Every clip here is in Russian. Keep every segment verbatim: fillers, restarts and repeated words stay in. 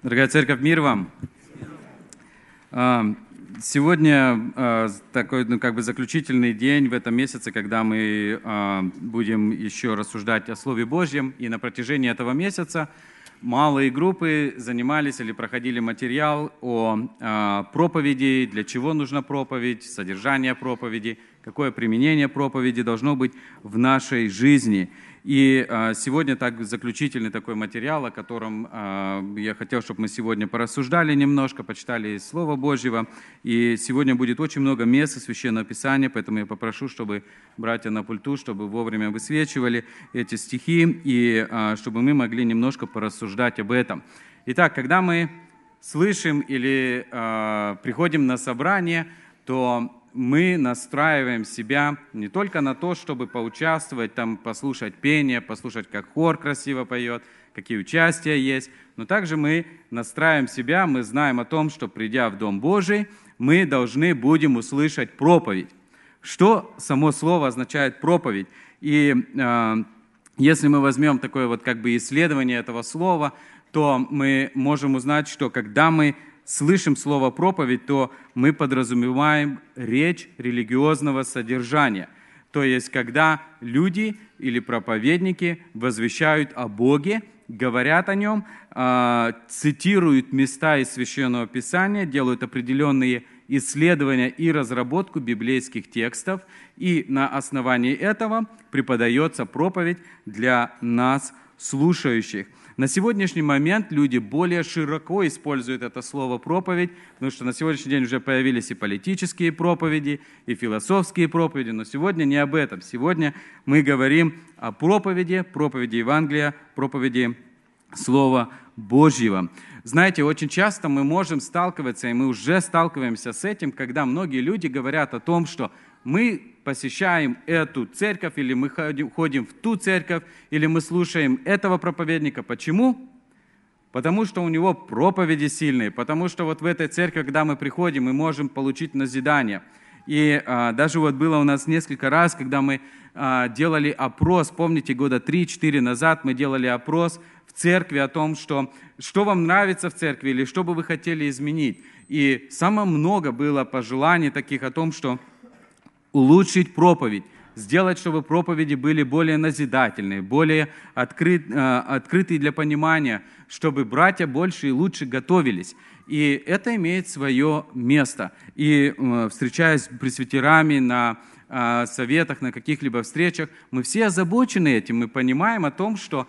Дорогая церковь, мир вам! Сегодня такой, ну, как бы заключительный день в этом месяце, когда мы будем еще рассуждать о Слове Божьем. И на протяжении этого месяца малые группы занимались или проходили материал о проповеди, для чего нужна проповедь, содержание проповеди, какое применение проповеди должно быть в нашей жизни. И а, сегодня так, заключительный такой материал, о котором а, я хотел, чтобы мы сегодня порассуждали немножко, почитали Слово Божьего. И сегодня будет очень много мест из Священного Писания, поэтому я попрошу, чтобы братья на пульту, чтобы вовремя высвечивали эти стихи, и а, чтобы мы могли немножко порассуждать об этом. Итак, когда мы слышим или а, приходим на собрание, то мы настраиваем себя не только на то, чтобы поучаствовать, там, послушать пение, послушать, как хор красиво поет, какие участия есть, но также мы настраиваем себя, мы знаем о том, что, придя в Дом Божий, мы должны будем услышать проповедь. Что само слово означает проповедь? И э, если мы возьмем такое вот как бы исследование этого слова, то мы можем узнать, что когда мы слышим слово «проповедь», то мы подразумеваем речь религиозного содержания. То есть, когда люди или проповедники возвещают о Боге, говорят о Нем, цитируют места из Священного Писания, делают определенные исследования и разработку библейских текстов, и на основании этого преподается проповедь для нас, слушающих. На сегодняшний момент люди более широко используют это слово «проповедь», потому что на сегодняшний день уже появились и политические проповеди, и философские проповеди, но сегодня не об этом. Сегодня мы говорим о проповеди, проповеди Евангелия, проповеди Слова Божьего. Знаете, очень часто мы можем сталкиваться, и мы уже сталкиваемся с этим, когда многие люди говорят о том, что мы посещаем эту церковь, или мы ходим, ходим в ту церковь, или мы слушаем этого проповедника. Почему? Потому что у него проповеди сильные, потому что вот в этой церкви, когда мы приходим, мы можем получить назидание. И а, даже вот было у нас несколько раз, когда мы а, делали опрос, помните, года три-четыре назад мы делали опрос в церкви о том, что, что вам нравится в церкви или что бы вы хотели изменить. И самое много было пожеланий таких о том, что улучшить проповедь, сделать, чтобы проповеди были более назидательные, более открыт, открытые для понимания, чтобы братья больше и лучше готовились. И это имеет свое место. И встречаясь с пресвитерами на советах, на каких-либо встречах, мы все озабочены этим, мы понимаем о том, что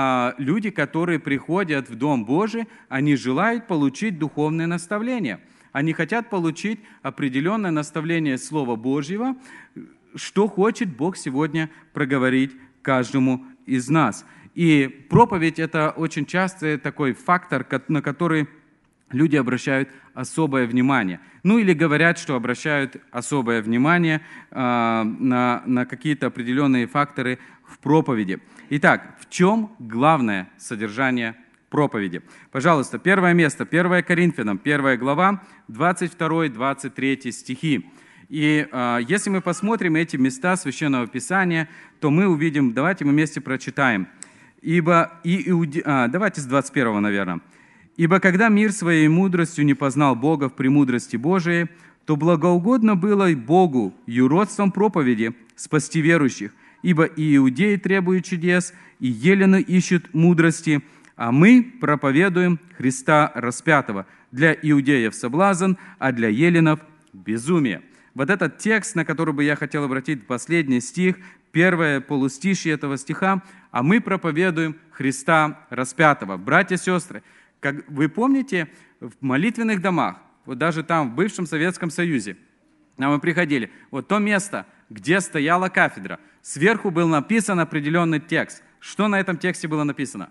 люди, которые приходят в Дом Божий, они желают получить духовное наставление. Они хотят получить определенное наставление Слова Божьего, что хочет Бог сегодня проговорить каждому из нас. И проповедь – это очень часто такой фактор, на который люди обращают особое внимание. Ну или говорят, что обращают особое внимание а, на, на какие-то определенные факторы в проповеди. Итак, в чем главное содержание проповеди? Пожалуйста, первое место, первое Коринфянам, первая глава, двадцать второй - двадцать третий стихи. И э, если мы посмотрим эти места Священного Писания, то мы увидим, давайте мы вместе прочитаем. Ибо и иуде... а, давайте с двадцать первого, наверное. «Ибо когда мир своей мудростью не познал Бога в премудрости Божией, то благоугодно было и Богу юродством проповеди спасти верующих. Ибо и иудеи требуют чудес, и елены ищут мудрости, а мы проповедуем Христа распятого. Для иудеев соблазн, а для еленов безумие». Вот этот текст, на который бы я хотел обратить, последний стих, первое полустишье этого стиха, «А мы проповедуем Христа распятого». Братья и сестры, как вы помните, в молитвенных домах, вот даже там, в бывшем Советском Союзе, нам мы приходили, вот то место, где стояла кафедра, сверху был написан определенный текст. Что на этом тексте было написано?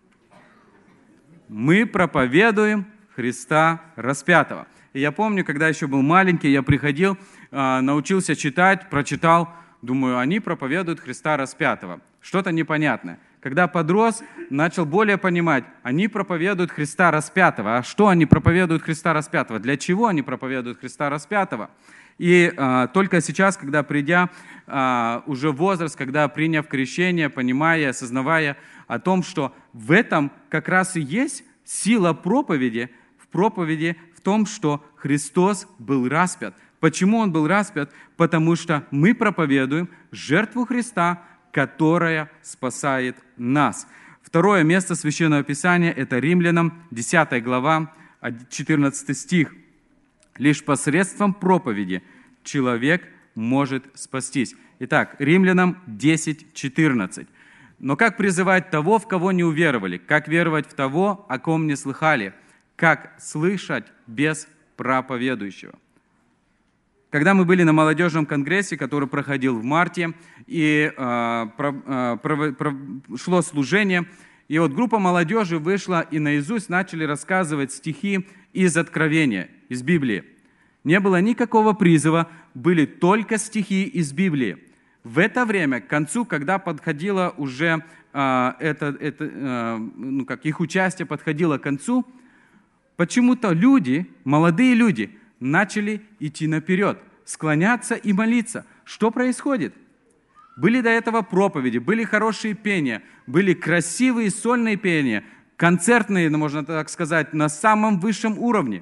«Мы проповедуем Христа распятого». И я помню, когда еще был маленький, я приходил, научился читать, прочитал, думаю, они проповедуют Христа распятого. Что-то непонятное. Когда подрос, начал более понимать, они проповедуют Христа распятого. А что они проповедуют Христа распятого? Для чего они проповедуют Христа распятого? И а, только сейчас, когда придя а, уже в возраст, когда приняв крещение, понимая, осознавая о том, что в этом как раз и есть Сила проповеди в проповеди в том, что Христос был распят. Почему Он был распят? Потому что мы проповедуем жертву Христа, которая спасает нас. Второе место Священного Писания – это Римлянам, десятая глава, четырнадцатый стих. «Лишь посредством проповеди человек может спастись». Итак, Римлянам десять, четырнадцать. «Но как призывать того, в кого не уверовали? Как веровать в того, о ком не слыхали? Как слышать без проповедующего?» Когда мы были на молодежном конгрессе, который проходил в марте, и э, про, э, про, про, шло служение, и вот группа молодежи вышла и наизусть начали рассказывать стихи из Откровения, из Библии. Не было никакого призыва, были только стихи из Библии. В это время, к концу, когда подходило уже, э, это, это, э, ну как их участие подходило к концу, почему-то люди, молодые люди, начали идти наперед, склоняться и молиться. Что происходит? Были до этого проповеди, были хорошие пения, были красивые сольные пения, концертные, можно так сказать, на самом высшем уровне.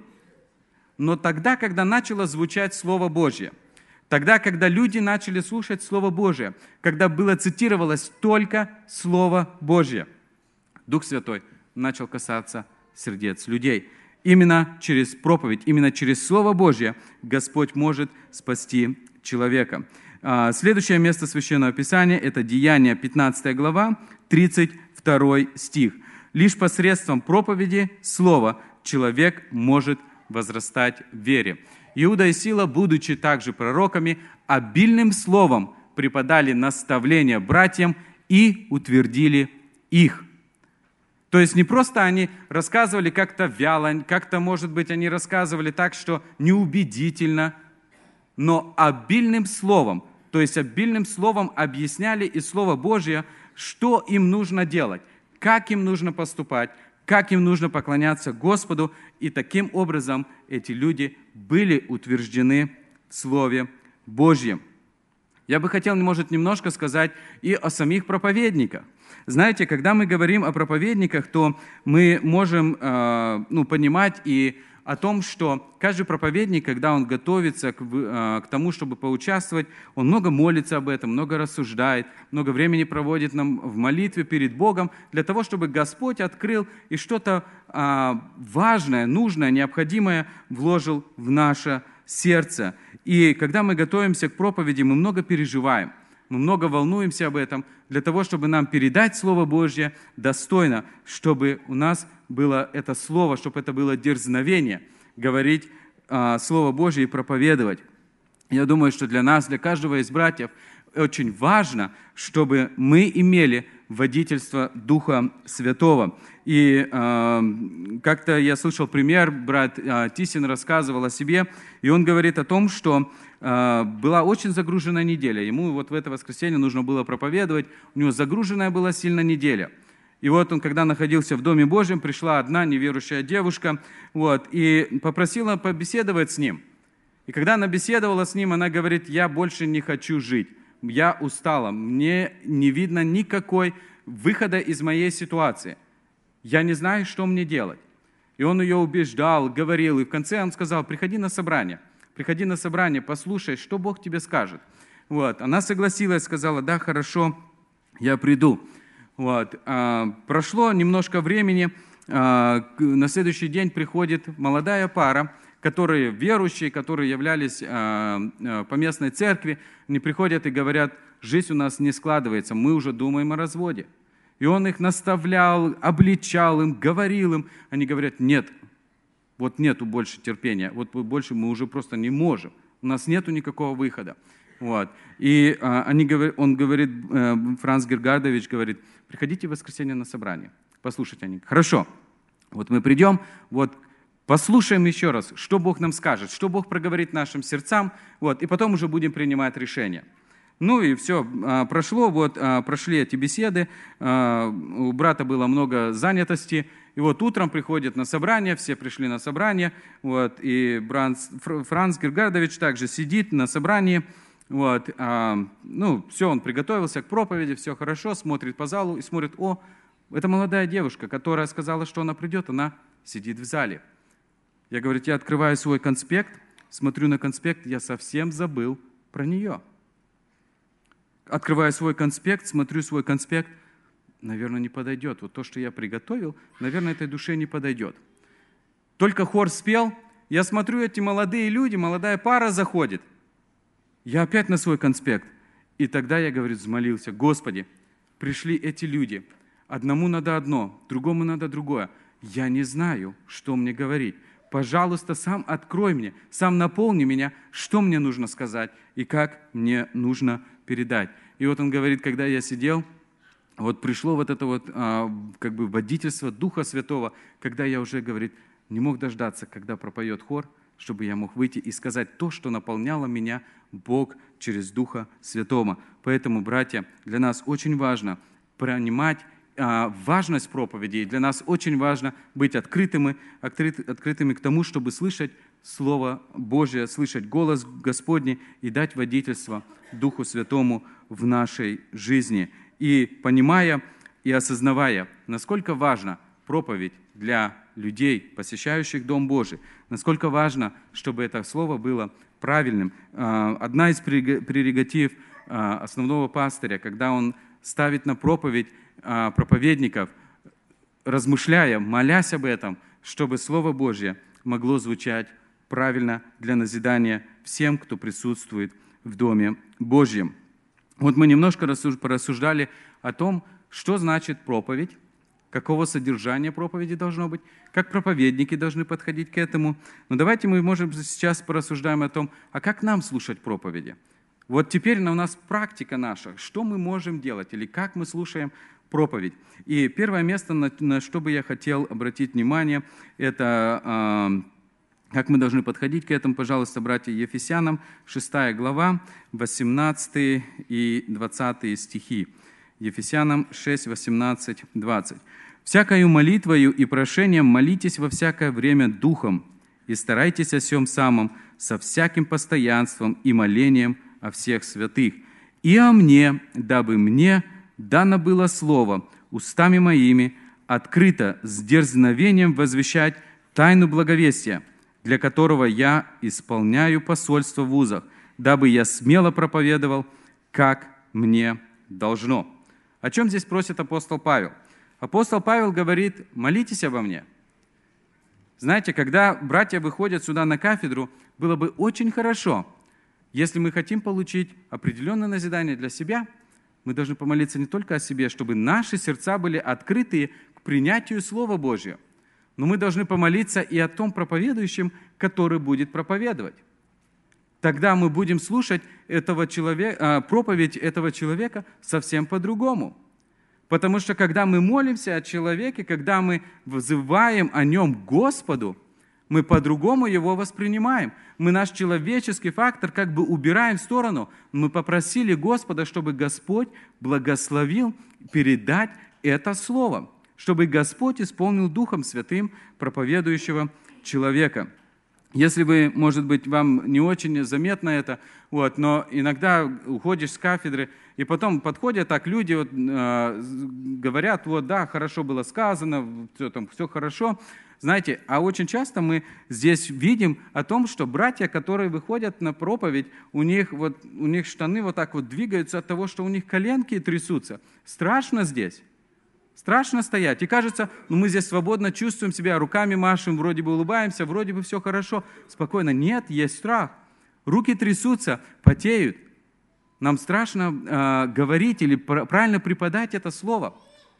Но тогда, когда начало звучать Слово Божье, тогда, когда люди начали слушать Слово Божье, когда было цитировалось только Слово Божье, Дух Святой начал касаться сердец людей. Именно через проповедь, именно через Слово Божье Господь может спасти человека. Следующее место Священного Писания – это Деяния, пятнадцатая глава, тридцать второй стих. «Лишь посредством проповеди Слова человек может возрастать в вере. Иуда и Сила, будучи также пророками, обильным словом преподали наставления братьям и утвердили их». То есть не просто они рассказывали как-то вяло, как-то, может быть, они рассказывали так, что неубедительно, но обильным словом, то есть обильным словом объясняли из Слова Божия, что им нужно делать, как им нужно поступать, как им нужно поклоняться Господу. И таким образом эти люди были утверждены в Слове Божьем. Я бы хотел, может, немножко сказать и о самих проповедниках. Знаете, когда мы говорим о проповедниках, то мы можем э, ну, понимать и о том, что каждый проповедник, когда он готовится к, э, к тому, чтобы поучаствовать, он много молится об этом, много рассуждает, много времени проводит нам в молитве перед Богом для того, чтобы Господь открыл и что-то э, важное, нужное, необходимое вложил в наше сердце. И когда мы готовимся к проповеди, мы много переживаем. Мы много волнуемся об этом, для того, чтобы нам передать Слово Божье достойно, чтобы у нас было это Слово, чтобы это было дерзновение, говорить а, Слово Божье и проповедовать. Я думаю, что для нас, для каждого из братьев, очень важно, чтобы мы имели водительство Духа Святого. И э, как-то я слышал пример, брат э, Тисин рассказывал о себе, и он говорит о том, что э, была очень загруженная неделя. Ему вот в это воскресенье нужно было проповедовать, у него загруженная была сильно неделя. И вот он, когда находился в Доме Божьем, пришла одна неверующая девушка, вот, и попросила побеседовать с ним. И когда она беседовала с ним, она говорит: «Я больше не хочу жить. Я устала, мне не видно никакой выхода из моей ситуации. Я не знаю, что мне делать». И он ее убеждал, говорил, и в конце он сказал: «Приходи на собрание, приходи на собрание, послушай, что Бог тебе скажет». Вот. Она согласилась, сказала: «Да, хорошо, я приду». Вот. А, прошло немножко времени, а, на следующий день приходит молодая пара, которые верующие, которые являлись э, по местной церкви, они приходят и говорят: «Жизнь у нас не складывается, мы уже думаем о разводе». И он их наставлял, обличал им, говорил им. Они говорят: «Нет, вот нету больше терпения, вот больше мы уже просто не можем, у нас нету никакого выхода». Вот. И э, они, он говорит, э, Франц Гергардович говорит: «Приходите в воскресенье на собрание, послушайте». Они: «Хорошо, вот мы придем, вот послушаем еще раз, что Бог нам скажет, что Бог проговорит нашим сердцам, вот, и потом уже будем принимать решения». Ну и все, прошло, вот, прошли эти беседы, у брата было много занятости, и вот утром приходит на собрание, все пришли на собрание, вот, и Франц, Франц Гергардович также сидит на собрании, вот, ну, все, он приготовился к проповеди, все хорошо, смотрит по залу и смотрит: «О, Это молодая девушка, которая сказала, что она придет, она сидит в зале. Я говорю, я открываю свой конспект, смотрю на конспект, я совсем забыл про нее. Открываю свой конспект, смотрю свой конспект, наверное, не подойдет. Вот то, что я приготовил, наверное, этой душе не подойдет. Только хор спел, я смотрю, эти молодые люди, молодая пара заходит. Я опять на свой конспект. И тогда я, говорю, взмолился, Господи, пришли эти люди, одному надо одно, другому надо другое. Я не знаю, что мне говорить. Пожалуйста, сам открой мне, сам наполни меня, что мне нужно сказать и как мне нужно передать. И вот он говорит, когда я сидел, вот пришло вот это вот а, как бы водительство Духа Святого, когда я уже, говорит, не мог дождаться, когда пропоет хор, чтобы я мог выйти и сказать то, что наполняло меня Бог через Духа Святого. Поэтому, братья, для нас очень важно понимать а, важность проповеди. Для нас очень важно быть открытыми, открыт, открытыми к тому, чтобы слышать Слово Божие, слышать голос Господний и дать водительство Духу Святому в нашей жизни. И понимая и осознавая, насколько важна проповедь для людей, посещающих Дом Божий, насколько важно, чтобы это слово было правильным. Одна из прерогатив основного пастыря, когда он ставит на проповедь проповедников, размышляя, молясь об этом, чтобы Слово Божье могло звучать правильно для назидания всем, кто присутствует в Доме Божьем. Вот мы немножко порассуждали о том, что значит проповедь, какого содержания проповеди должно быть, как проповедники должны подходить к этому. Но давайте мы, может, сейчас порассуждаем о том, а как нам слушать проповеди. Вот теперь у нас практика наша, что мы можем делать или как мы слушаем проповедь. И первое место, на, на что бы я хотел обратить внимание, это э, как мы должны подходить к этому, пожалуйста, братья, Ефесянам, шестая глава, восемнадцатый и двадцатый стихи. Ефесянам шесть, восемнадцать, двадцать. «Всякою молитвою и прошением молитесь во всякое время Духом, и старайтесь о сем самом со всяким постоянством и молением о всех святых. И о мне, дабы мне дано было слово устами моими, открыто с дерзновением возвещать тайну благовестия, для которого я исполняю посольство в вузах, дабы я смело проповедовал, как мне должно». О чем здесь просит апостол Павел? Апостол Павел говорит, молитесь обо мне. Знаете, когда братья выходят сюда на кафедру, было бы очень хорошо, если мы хотим получить определенное назидание для себя, мы должны помолиться не только о себе, чтобы наши сердца были открыты к принятию Слова Божьего, но мы должны помолиться и о том проповедующем, который будет проповедовать. Тогда мы будем слушать этого человека, проповедь этого человека совсем по-другому. Потому что когда мы молимся о человеке, когда мы взываем о нем Господу, мы по-другому его воспринимаем. Мы наш человеческий фактор как бы убираем в сторону. Мы попросили Господа, чтобы Господь благословил передать это слово, чтобы Господь исполнил Духом Святым проповедующего человека. Если вы, может быть, вам не очень заметно это, вот, но иногда уходишь с кафедры, и потом подходят так люди, вот, э, говорят, вот, да, хорошо было сказано, все, там, все хорошо. Знаете, а очень часто мы здесь видим о том, что братья, которые выходят на проповедь, у них, вот, у них штаны вот так вот двигаются от того, что у них коленки трясутся. Страшно здесь. Страшно стоять. И кажется, ну мы здесь свободно чувствуем себя, руками машем, вроде бы улыбаемся, вроде бы все хорошо, спокойно. Нет, есть страх. Руки трясутся, потеют. Нам страшно э, говорить или пр- правильно преподать это слово.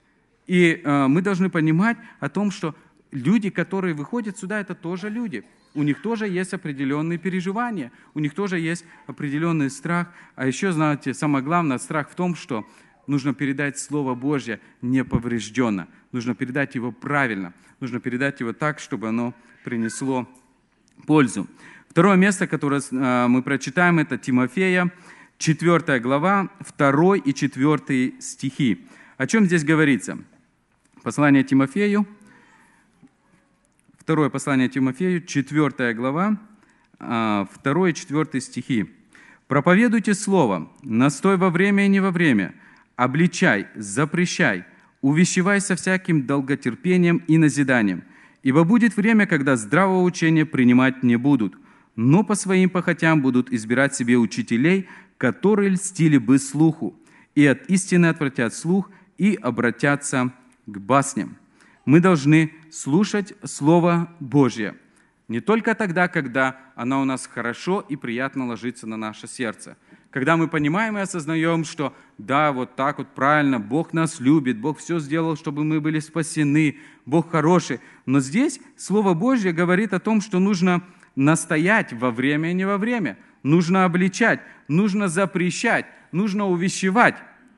И э, мы должны понимать о том, что люди, которые выходят сюда, это тоже люди. У них тоже есть определенные переживания, у них тоже есть определенный страх. А еще, знаете, самое главное, страх в том, что нужно передать Слово Божье неповрежденно. Нужно передать его правильно. Нужно передать его так, чтобы оно принесло пользу. Второе место, которое мы прочитаем, это Тимофея, четвёртая глава, второй и четвёртый стихи. О чем здесь говорится? Послание Тимофею, второе послание Тимофею, четвёртая глава, второй и четвёртый стихи. «Проповедуйте слово, настой во время и не во время, обличай, запрещай, увещевай со всяким долготерпением и назиданием. Ибо будет время, когда здравого учения принимать не будут, но по своим похотям будут избирать себе учителей, которые льстили бы слуху, и от истины отвратят слух и обратятся к басням. Мы должны слушать Слово Божье не только тогда, когда оно у нас хорошо и приятно ложится на наше сердце. Когда мы понимаем и осознаем, что да, вот так вот правильно, Бог нас любит, Бог все сделал, чтобы мы были спасены, Бог хороший. Но здесь Слово Божье говорит о том, что нужно настоять во время и не во время. Нужно обличать, нужно запрещать, нужно увещевать.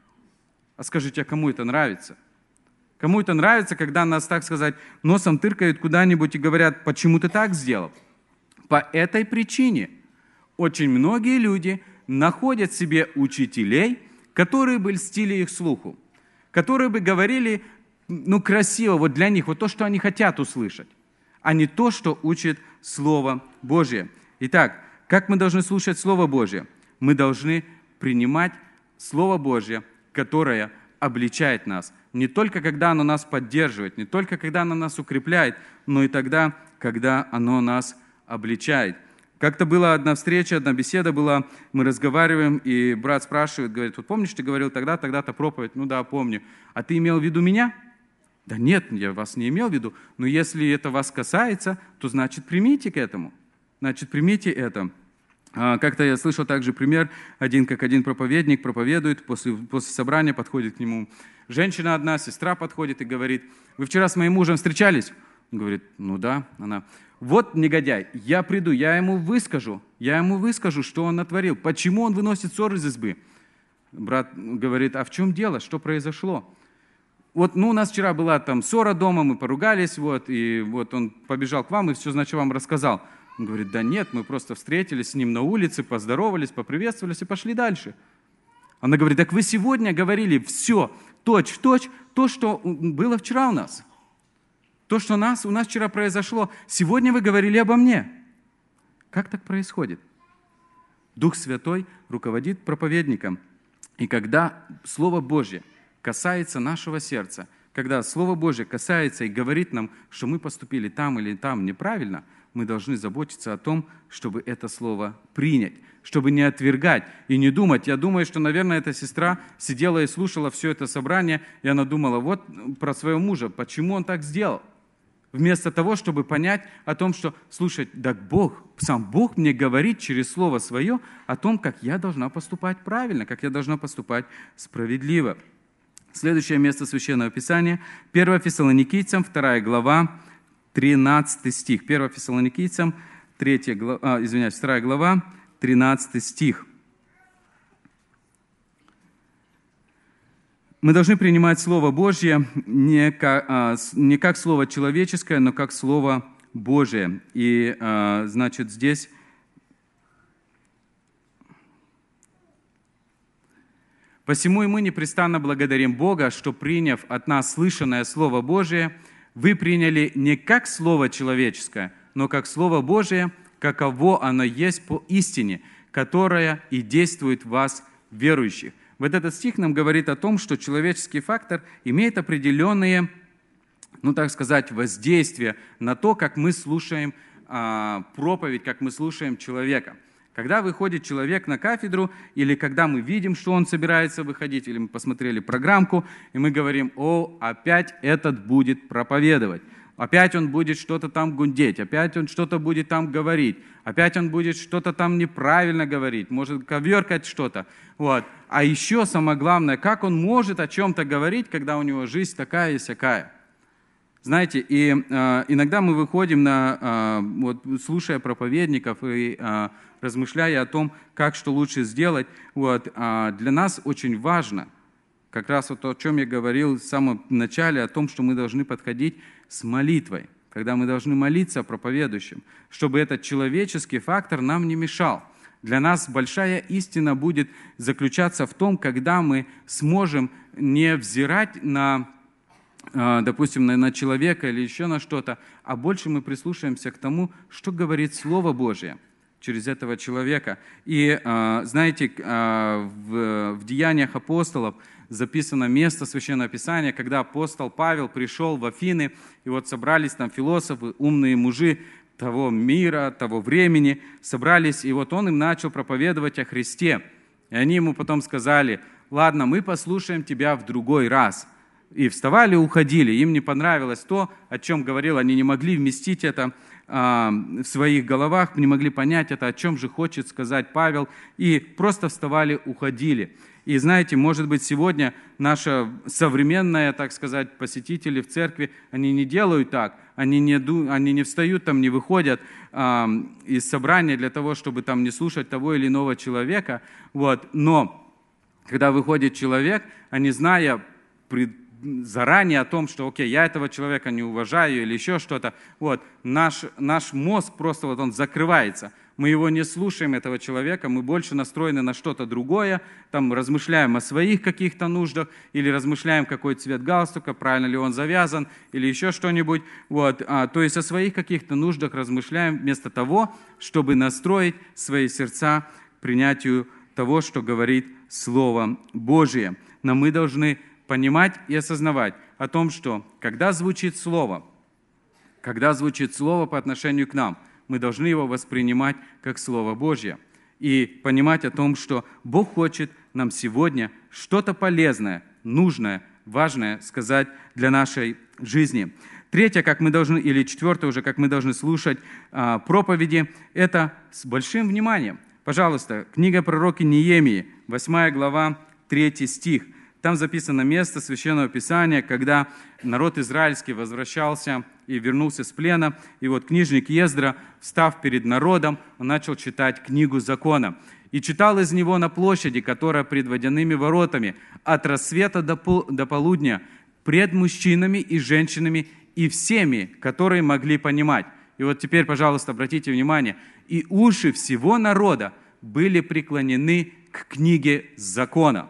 А скажите, а кому это нравится? Кому это нравится, когда нас, так сказать, носом тыркают куда-нибудь и говорят, почему ты так сделал? По этой причине очень многие люди находят себе учителей, которые бы льстили их слуху, которые бы говорили, ну, красиво, вот для них, вот то, что они хотят услышать, а не то, что учит Слово Божье. Итак, как мы должны слушать Слово Божье? Мы должны принимать Слово Божье, которое обличает нас. Не только когда оно нас поддерживает, не только когда оно нас укрепляет, но и тогда, когда оно нас обличает. Как-то была одна встреча, одна беседа была, мы разговариваем, и брат спрашивает, говорит, вот помнишь, ты говорил тогда, тогда-то проповедь? Ну да, помню. А ты имел в виду меня? Да нет, я вас не имел в виду. Но если это вас касается, то значит примите к этому. Значит, примите это. Как-то я слышал также пример, один как один проповедник проповедует, после, после собрания подходит к нему женщина одна, сестра подходит и говорит, вы вчера с моим мужем встречались? Он говорит, ну да. Она, вот негодяй, я приду, я ему выскажу, я ему выскажу, что он натворил, почему он выносит ссор из избы. Брат говорит, а в чем дело, что произошло? Вот, ну, у нас вчера была там ссора дома, мы поругались, вот, и вот он побежал к вам и все, значит, вам рассказал. Он говорит, да нет, мы просто встретились с ним на улице, поздоровались, поприветствовались и пошли дальше. Она говорит, так вы сегодня говорили все точь-в-точь, то, что было вчера у нас. То, что у нас, у нас вчера произошло, сегодня вы говорили обо мне. Как так происходит? Дух Святой руководит проповедником. И когда Слово Божье касается нашего сердца, когда Слово Божье касается и говорит нам, что мы поступили там или там неправильно, мы должны заботиться о том, чтобы это слово принять, чтобы не отвергать и не думать. Я думаю, что, наверное, эта сестра сидела и слушала все это собрание, и она думала, вот про своего мужа, почему он так сделал? Вместо того, чтобы понять о том, что, слушай, так Бог, сам Бог мне говорит через Слово Свое о том, как я должна поступать правильно, как я должна поступать справедливо. Следующее место Священного Писания, первое Фессалоникийцам, вторая глава, тринадцатый стих. первое Фессалоникийцам, третья глава, а, извиняюсь, вторая глава, тринадцатый стих. Мы должны принимать Слово Божье не как, а, не как Слово человеческое, но как Слово Божие. И, а, значит, здесь «Посему и мы непрестанно благодарим Бога, что, приняв от нас слышанное Слово Божие, вы приняли не как Слово человеческое, но как Слово Божие, каково оно есть по истине, которая и действует в вас, верующих». Вот этот стих нам говорит о том, что человеческий фактор имеет определенные, ну так сказать, воздействия на то, как мы слушаем а, проповедь, как мы слушаем человека. Когда выходит человек на кафедру, или когда мы видим, что он собирается выходить, или мы посмотрели программку, и мы говорим, о, опять этот будет проповедовать, опять он будет что-то там гундеть, опять он что-то будет там говорить, опять он будет что-то там неправильно говорить, может коверкать что-то. Вот. А еще самое главное, как он может о чем-то говорить, когда у него жизнь такая и сякая. Знаете, и э, иногда мы выходим, на, э, вот, слушая проповедников и э, размышляя о том, как что лучше сделать, вот, э, для нас очень важно, как раз вот то, о чем я говорил в самом начале, о том, что мы должны подходить с молитвой, когда мы должны молиться о проповедующем, чтобы этот человеческий фактор нам не мешал. Для нас большая истина будет заключаться в том, когда мы сможем не взирать на, допустим, на человека или еще на что-то, а больше мы прислушаемся к тому, что говорит Слово Божие через этого человека. И, знаете, в Деяниях апостолов записано место Священного Писания, когда апостол Павел пришел в Афины, и вот собрались там философы, умные мужи того мира, того времени, собрались, и вот он им начал проповедовать о Христе. И они ему потом сказали: ладно, мы послушаем тебя в другой раз. И вставали, уходили. Им не понравилось то, о чем говорил. Они не могли вместить это а, в своих головах, не могли понять это, о чем же хочет сказать Павел. И просто вставали, уходили. И знаете, может быть, сегодня наша современная, так сказать, посетители в церкви, они не делают так. Они не, они не встают там, не выходят а, из собрания для того, чтобы там не слушать того или иного человека. Вот. Но когда выходит человек, они, зная пред заранее о том, что, окей, я этого человека не уважаю или еще что-то, вот, наш, наш мозг просто вот он закрывается. Мы его не слушаем, этого человека, мы больше настроены на что-то другое, там размышляем о своих каких-то нуждах или размышляем, какой цвет галстука, правильно ли он завязан или еще что-нибудь. Вот, а, то есть о своих каких-то нуждах размышляем вместо того, чтобы настроить свои сердца к принятию того, что говорит Слово Божие. Но мы должны понимать и осознавать о том, что когда звучит Слово, когда звучит Слово по отношению к нам, мы должны его воспринимать как Слово Божье и понимать о том, что Бог хочет нам сегодня что-то полезное, нужное, важное сказать для нашей жизни. Третье, как мы должны, или четвертое уже, как мы должны слушать а, проповеди, это с большим вниманием. Пожалуйста, книга пророка Неемии, восьмая глава, третий стих. Там записано место Священного Писания, когда народ израильский возвращался и вернулся с плена. И вот книжник Ездра, встав перед народом, он начал читать книгу закона. И читал из него на площади, которая пред водяными воротами, от рассвета до полудня, пред мужчинами и женщинами и всеми, которые могли понимать. И вот теперь, пожалуйста, обратите внимание, и уши всего народа были преклонены к книге закона.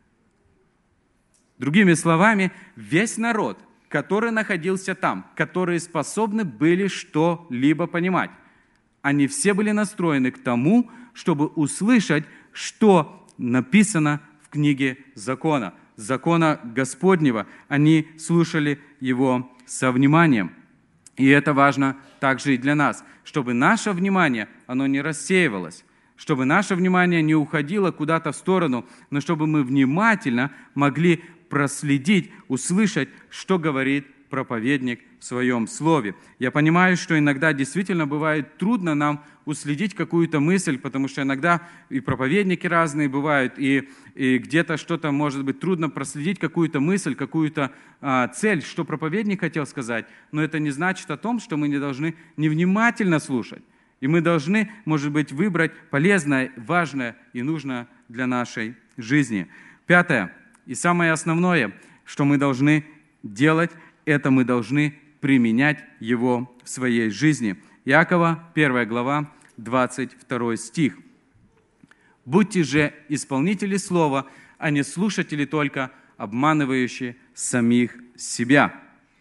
Другими словами, весь народ, который находился там, которые способны были что-либо понимать, они все были настроены к тому, чтобы услышать, что написано в книге закона, закона Господнего. Они слушали его со вниманием. И это важно также и для нас, чтобы наше внимание, оно не рассеивалось, чтобы наше внимание не уходило куда-то в сторону, но чтобы мы внимательно могли проследить, услышать, что говорит проповедник в своем слове. Я понимаю, что иногда действительно бывает трудно нам уследить какую-то мысль, потому что иногда и проповедники разные бывают, и, и где-то что-то может быть трудно проследить какую-то мысль, какую-то а, цель, что проповедник хотел сказать. Но это не значит о том, что мы не должны невнимательно слушать. И мы должны, может быть, выбрать полезное, важное и нужное для нашей жизни. Пятое. И самое основное, что мы должны делать, это мы должны применять его в своей жизни. Иакова, первая глава, двадцать второй стих. «Будьте же исполнители слова, а не слушатели только, обманывающие самих себя».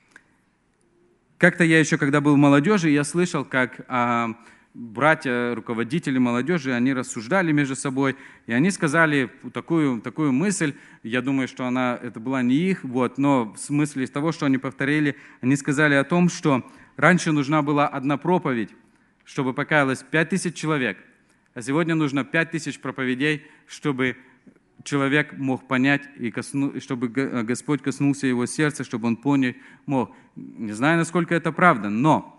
Как-то я еще, когда был в молодежи, я слышал, как а, братья, руководители молодежи, они рассуждали между собой, и они сказали такую, такую мысль, я думаю, что она, это была не их, вот, но в смысле того, что они повторили, они сказали о том, что раньше нужна была одна проповедь, чтобы покаялось пять тысяч человек, а сегодня нужно пять тысяч проповедей, чтобы человек мог понять, и косну, чтобы Господь коснулся его сердца, чтобы он понять мог. Не знаю, насколько это правда, но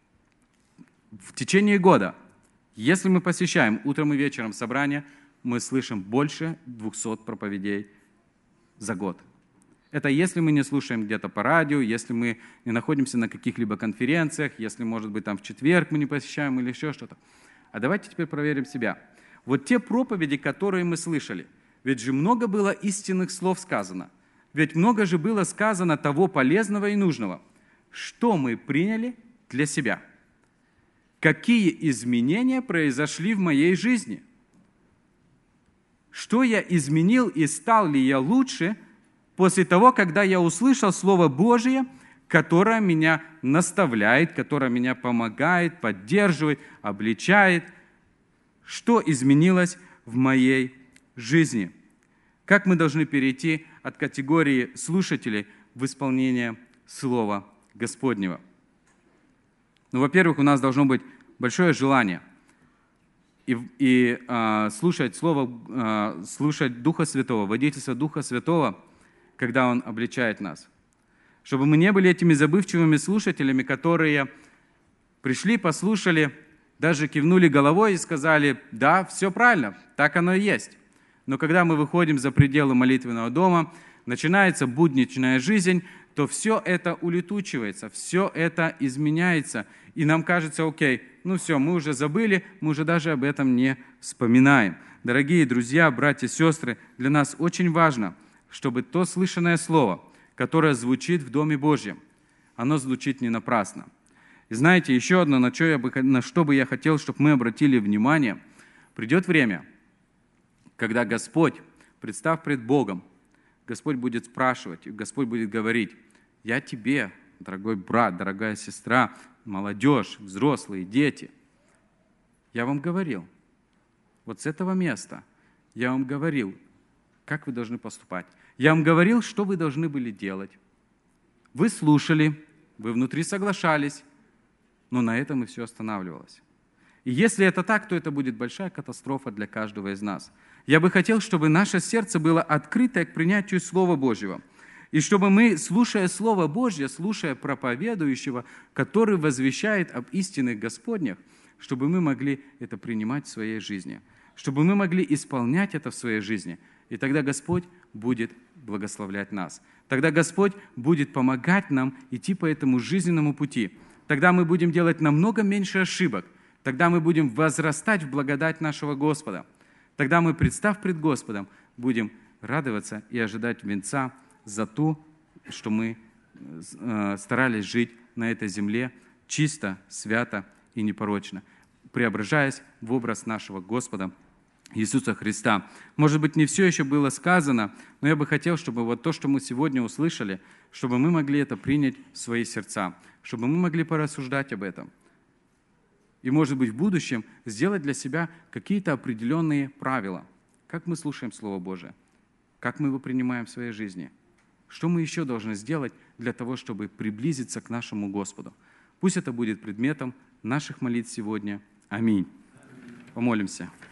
в течение года, если мы посещаем утром и вечером собрания, мы слышим больше двухсот проповедей за год. Это если мы не слушаем где-то по радио, если мы не находимся на каких-либо конференциях, если, может быть, там в четверг мы не посещаем или еще что-то. А давайте теперь проверим себя. Вот те проповеди, которые мы слышали, ведь же много было истинных слов сказано, ведь много же было сказано того полезного и нужного. Что мы приняли для себя? Какие изменения произошли в моей жизни? Что я изменил и стал ли я лучше после того, когда я услышал Слово Божие, которое меня наставляет, которое меня помогает, поддерживает, обличает? Что изменилось в моей жизни? Как мы должны перейти от категории слушателей в исполнение Слова Господнего. Ну, во-первых, у нас должно быть большое желание и, и а, слушать Слово, а, слушать Духа Святого, водительство Духа Святого, когда Он обличает нас. Чтобы мы не были этими забывчивыми слушателями, которые пришли, послушали, даже кивнули головой и сказали: да, все правильно, так оно и есть. Но когда мы выходим за пределы молитвенного дома, начинается будничная жизнь, то все это улетучивается, все это изменяется. И нам кажется: окей, ну все, мы уже забыли, мы уже даже об этом не вспоминаем. Дорогие друзья, братья, сестры, для нас очень важно, чтобы то слышанное слово, которое звучит в Доме Божьем, оно звучит не напрасно. И знаете, еще одно, на что, я бы, на что бы я хотел, чтобы мы обратили внимание. Придет время, когда Господь, представ пред Богом, Господь будет спрашивать, и Господь будет говорить: я тебе, дорогой брат, дорогая сестра, молодежь, взрослые, дети, я вам говорил, вот с этого места я вам говорил, как вы должны поступать. Я вам говорил, что вы должны были делать. Вы слушали, вы внутри соглашались, но на этом и все останавливалось. И если это так, то это будет большая катастрофа для каждого из нас. Я бы хотел, чтобы наше сердце было открыто к принятию Слова Божьего. И чтобы мы, слушая Слово Божье, слушая проповедующего, который возвещает об истинных Господнях, чтобы мы могли это принимать в своей жизни, чтобы мы могли исполнять это в своей жизни. И тогда Господь будет благословлять нас. Тогда Господь будет помогать нам идти по этому жизненному пути. Тогда мы будем делать намного меньше ошибок. Тогда мы будем возрастать в благодать нашего Господа. Тогда мы, представ пред Господом, будем радоваться и ожидать венца за то, что мы старались жить на этой земле чисто, свято и непорочно, преображаясь в образ нашего Господа Иисуса Христа. Может быть, не все еще было сказано, но я бы хотел, чтобы вот то, что мы сегодня услышали, чтобы мы могли это принять в свои сердца, чтобы мы могли порассуждать об этом. И, может быть, в будущем сделать для себя какие-то определенные правила. Как мы слушаем Слово Божие? Как мы его принимаем в своей жизни? Что мы еще должны сделать для того, чтобы приблизиться к нашему Господу? Пусть это будет предметом наших молитв сегодня. Аминь. Помолимся.